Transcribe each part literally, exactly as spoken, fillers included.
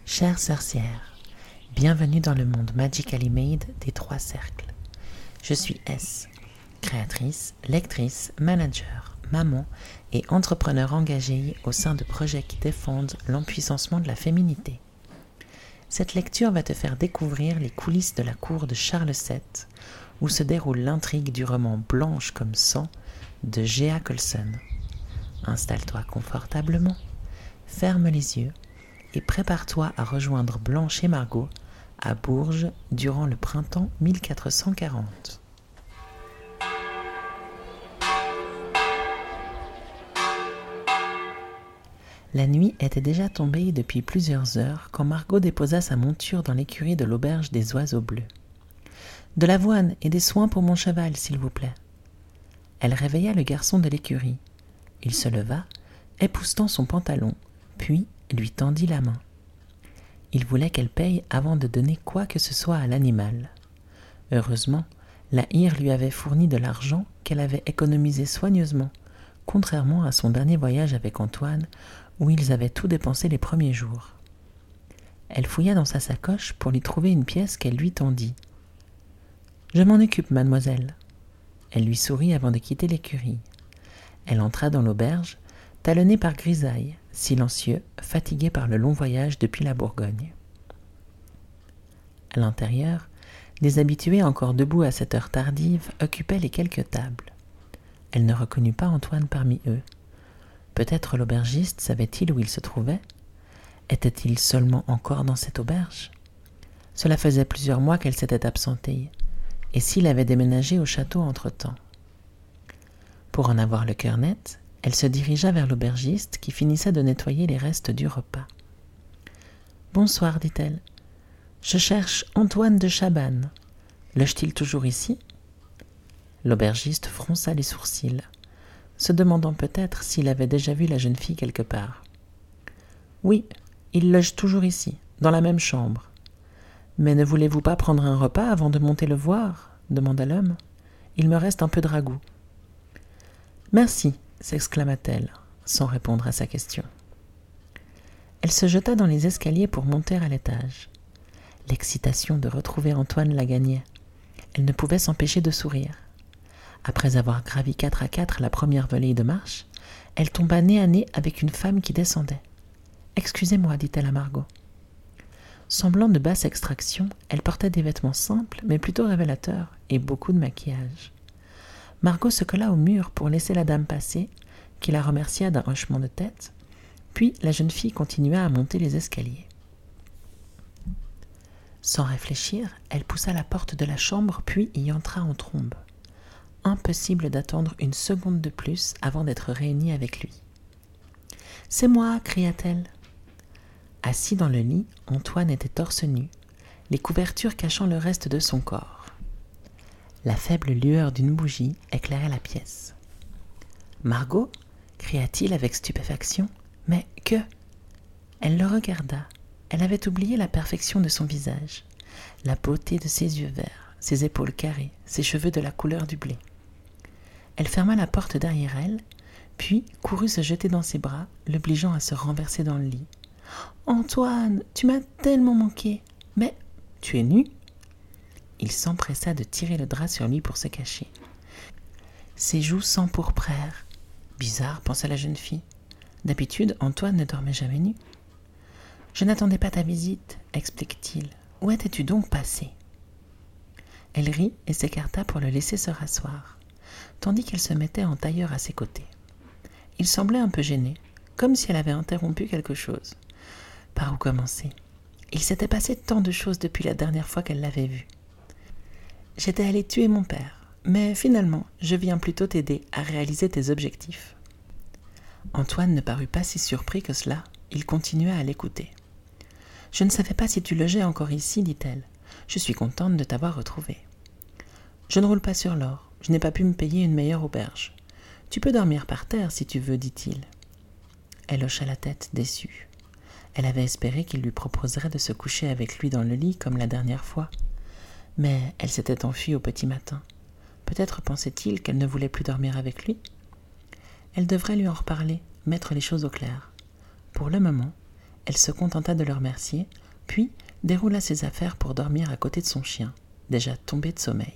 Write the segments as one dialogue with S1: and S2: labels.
S1: Chère sorcière, bienvenue dans le monde Magically Made des trois cercles. Je suis S, créatrice, lectrice, manager, maman et entrepreneur engagée au sein de projets qui défendent l'empuissancement de la féminité. Cette lecture va te faire découvrir les coulisses de la cour de Charles sept, où se déroule l'intrigue du roman Blanche comme sang de G A Colson. Installe-toi confortablement, ferme les yeux et prépare-toi à rejoindre Blanche et Margot à Bourges durant le printemps mille quatre cent quarante. La nuit était déjà tombée depuis plusieurs heures quand Margot déposa sa monture dans l'écurie de l'auberge des Oiseaux Bleus. « De l'avoine et des soins pour mon cheval, s'il vous plaît. » Elle réveilla le garçon de l'écurie. Il se leva, époussetant son pantalon, puis lui tendit la main. Il voulait qu'elle paye avant de donner quoi que ce soit à l'animal. Heureusement, la hire lui avait fourni de l'argent qu'elle avait économisé soigneusement, contrairement à son dernier voyage avec Antoine, où ils avaient tout dépensé les premiers jours. Elle fouilla dans sa sacoche pour lui trouver une pièce qu'elle lui tendit. « Je m'en occupe, mademoiselle. » Elle lui sourit avant de quitter l'écurie. Elle entra dans l'auberge, talonnée par Grisaille, silencieux, fatigué par le long voyage depuis la Bourgogne. À l'intérieur, des habitués encore debout à cette heure tardive occupaient les quelques tables. Elle ne reconnut pas Antoine parmi eux. Peut-être l'aubergiste savait-il où il se trouvait? Était-il seulement encore dans cette auberge? Cela faisait plusieurs mois qu'elle s'était absentée, et s'il avait déménagé au château entre-temps. Pour en avoir le cœur net, elle se dirigea vers l'aubergiste qui finissait de nettoyer les restes du repas. « Bonsoir, dit-elle. Je cherche Antoine de Chabannes. Loge-t-il toujours ici ?» L'aubergiste fronça les sourcils, se demandant peut-être s'il avait déjà vu la jeune fille quelque part. « Oui, il loge toujours ici, dans la même chambre. Mais ne voulez-vous pas prendre un repas avant de monter le voir ?» demanda l'homme. « Il me reste un peu de ragoût. »« Merci, » s'exclama-t-elle, sans répondre à sa question. Elle se jeta dans les escaliers pour monter à l'étage. L'excitation de retrouver Antoine la gagnait. Elle ne pouvait s'empêcher de sourire. Après avoir gravi quatre à quatre la première volée de marche, elle tomba nez à nez avec une femme qui descendait. « Excusez-moi, dit-elle à Margot. » Semblant de basse extraction, elle portait des vêtements simples, mais plutôt révélateurs, et beaucoup de maquillage. Margot se colla au mur pour laisser la dame passer, qui la remercia d'un hochement de tête, puis la jeune fille continua à monter les escaliers. Sans réfléchir, elle poussa la porte de la chambre, puis y entra en trombe. Impossible d'attendre une seconde de plus avant d'être réunie avec lui. « C'est moi !» cria-t-elle. Assis dans le lit, Antoine était torse nu, les couvertures cachant le reste de son corps. La faible lueur d'une bougie éclairait la pièce. « Margot » cria-t-il avec stupéfaction. « Mais que ?» Elle le regarda. Elle avait oublié la perfection de son visage, la beauté de ses yeux verts, ses épaules carrées, ses cheveux de la couleur du blé. Elle ferma la porte derrière elle, puis courut se jeter dans ses bras, l'obligeant à se renverser dans le lit. « Antoine, tu m'as tellement manqué. Mais tu es nu ?» Il s'empressa de tirer le drap sur lui pour se cacher. Ses joues s'empourprèrent. Bizarre, pensa la jeune fille. D'habitude, Antoine ne dormait jamais nu. « Je n'attendais pas ta visite, explique-t-il. Où étais-tu donc passé ?» Elle rit et s'écarta pour le laisser se rasseoir, tandis qu'elle se mettait en tailleur à ses côtés. Il semblait un peu gêné, comme si elle avait interrompu quelque chose. Par où commencer? Il s'était passé tant de choses depuis la dernière fois qu'elle l'avait vu. « J'étais allée tuer mon père, mais finalement, je viens plutôt t'aider à réaliser tes objectifs. » Antoine ne parut pas si surpris que cela. Il continua à l'écouter. « Je ne savais pas si tu logeais encore ici, dit-elle. Je suis contente de t'avoir retrouvé. »« Je ne roule pas sur l'or. Je n'ai pas pu me payer une meilleure auberge. Tu peux dormir par terre si tu veux, dit-il. » Elle hocha la tête, déçue. Elle avait espéré qu'il lui proposerait de se coucher avec lui dans le lit comme la dernière fois. Mais elle s'était enfuie au petit matin. Peut-être pensait-il qu'elle ne voulait plus dormir avec lui. Elle devrait lui en reparler, mettre les choses au clair. Pour le moment, elle se contenta de le remercier, puis déroula ses affaires pour dormir à côté de son chien, déjà tombé de sommeil.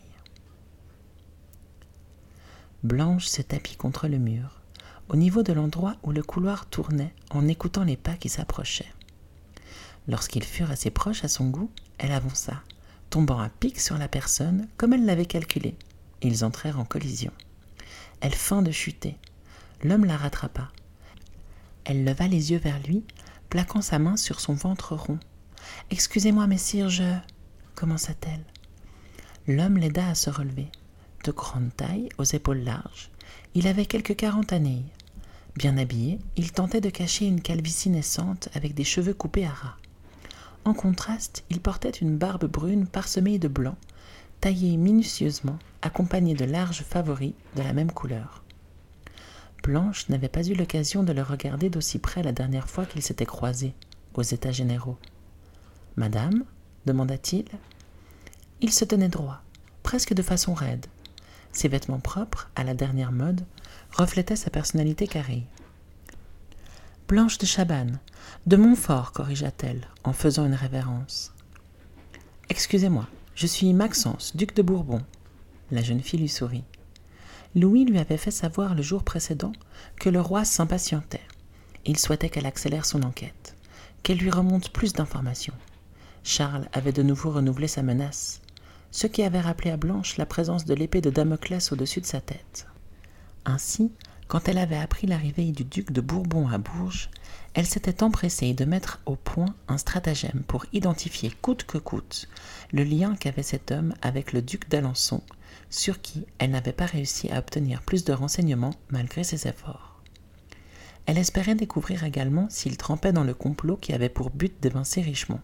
S1: Blanche se tapit contre le mur, au niveau de l'endroit où le couloir tournait en écoutant les pas qui s'approchaient. Lorsqu'ils furent assez proches à son goût, elle avança, tombant à pic sur la personne comme elle l'avait calculé. Ils entrèrent en collision. Elle feint de chuter. L'homme la rattrapa. Elle leva les yeux vers lui, plaquant sa main sur son ventre rond. « Excusez-moi, messire, je... » commença-t-elle. L'homme l'aida à se relever. De grande taille, aux épaules larges, il avait quelques quarante années. Bien habillé, il tentait de cacher une calvitie naissante avec des cheveux coupés à ras. En contraste, il portait une barbe brune parsemée de blanc, taillée minutieusement, accompagnée de larges favoris de la même couleur. Blanche n'avait pas eu l'occasion de le regarder d'aussi près la dernière fois qu'ils s'étaient croisés, aux États généraux. « Madame » demanda-t-il. Il se tenait droit, presque de façon raide. Ses vêtements propres, à la dernière mode, reflétaient sa personnalité carrée. « Blanche de Chabannes, de Montfort, corrigea-t-elle, en faisant une révérence. « Excusez-moi, je suis Maxence, duc de Bourbon. » La jeune fille lui sourit. Louis lui avait fait savoir le jour précédent que le roi s'impatientait. Il souhaitait qu'elle accélère son enquête, qu'elle lui remonte plus d'informations. Charles avait de nouveau renouvelé sa menace, ce qui avait rappelé à Blanche la présence de l'épée de Damoclès au-dessus de sa tête. Ainsi, quand elle avait appris l'arrivée du duc de Bourbon à Bourges, elle s'était empressée de mettre au point un stratagème pour identifier coûte que coûte le lien qu'avait cet homme avec le duc d'Alençon, sur qui elle n'avait pas réussi à obtenir plus de renseignements malgré ses efforts. Elle espérait découvrir également s'il trempait dans le complot qui avait pour but d'évincer Richemont.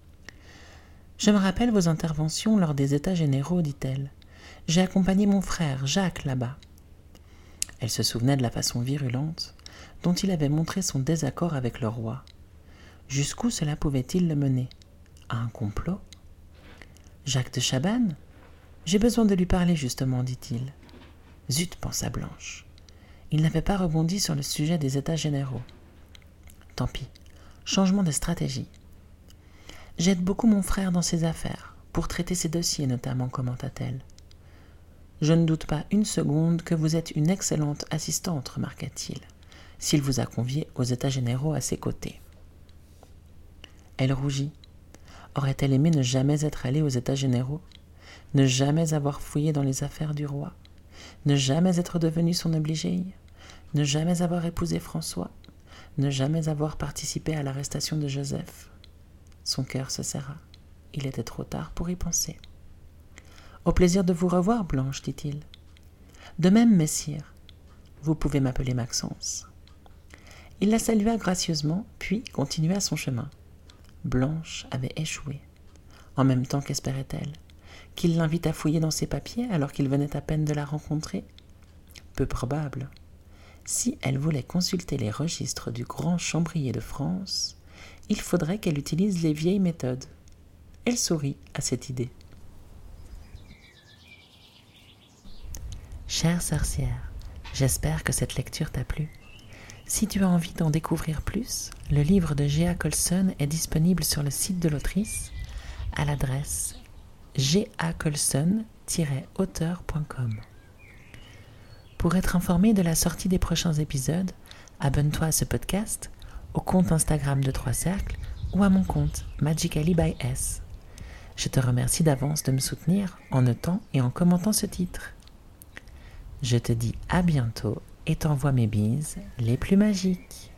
S1: « Je me rappelle vos interventions lors des États généraux, dit-elle. J'ai accompagné mon frère, Jacques, là-bas. » Elle se souvenait de la façon virulente dont il avait montré son désaccord avec le roi. Jusqu'où cela pouvait-il le mener? À un complot? Jacques de Chabannes? J'ai besoin de lui parler, justement, dit-il. Zut, pensa Blanche. Il n'avait pas rebondi sur le sujet des États généraux. Tant pis, changement de stratégie. J'aide beaucoup mon frère dans ses affaires, pour traiter ses dossiers notamment, commenta-t-elle. Je ne doute pas une seconde que vous êtes une excellente assistante, remarqua-t-il, s'il vous a convié aux États généraux à ses côtés. Elle rougit. Aurait-elle aimé ne jamais être allée aux États généraux, ne jamais avoir fouillé dans les affaires du roi, ne jamais être devenue son obligée, ne jamais avoir épousé François, ne jamais avoir participé à l'arrestation de Joseph? Son cœur se serra. Il était trop tard pour y penser. « Au plaisir de vous revoir, Blanche, dit-il. »« De même, messire. Vous pouvez m'appeler Maxence. » Il la salua gracieusement, puis continua son chemin. Blanche avait échoué. En même temps qu'espérait-elle? Qu'il l'invite à fouiller dans ses papiers alors qu'il venait à peine de la rencontrer? Peu probable. Si elle voulait consulter les registres du grand chambrier de France, il faudrait qu'elle utilise les vieilles méthodes. Elle sourit à cette idée. Chère sorcière, j'espère que cette lecture t'a plu. Si tu as envie d'en découvrir plus, le livre de G A Colson est disponible sur le site de l'autrice à l'adresse g a colson tiret auteur point com. Pour être informé de la sortie des prochains épisodes, abonne-toi à ce podcast, au compte Instagram de Trois Cercles ou à mon compte Magically by S. Je te remercie d'avance de me soutenir en notant et en commentant ce titre. Je te dis à bientôt et t'envoie mes bises les plus magiques.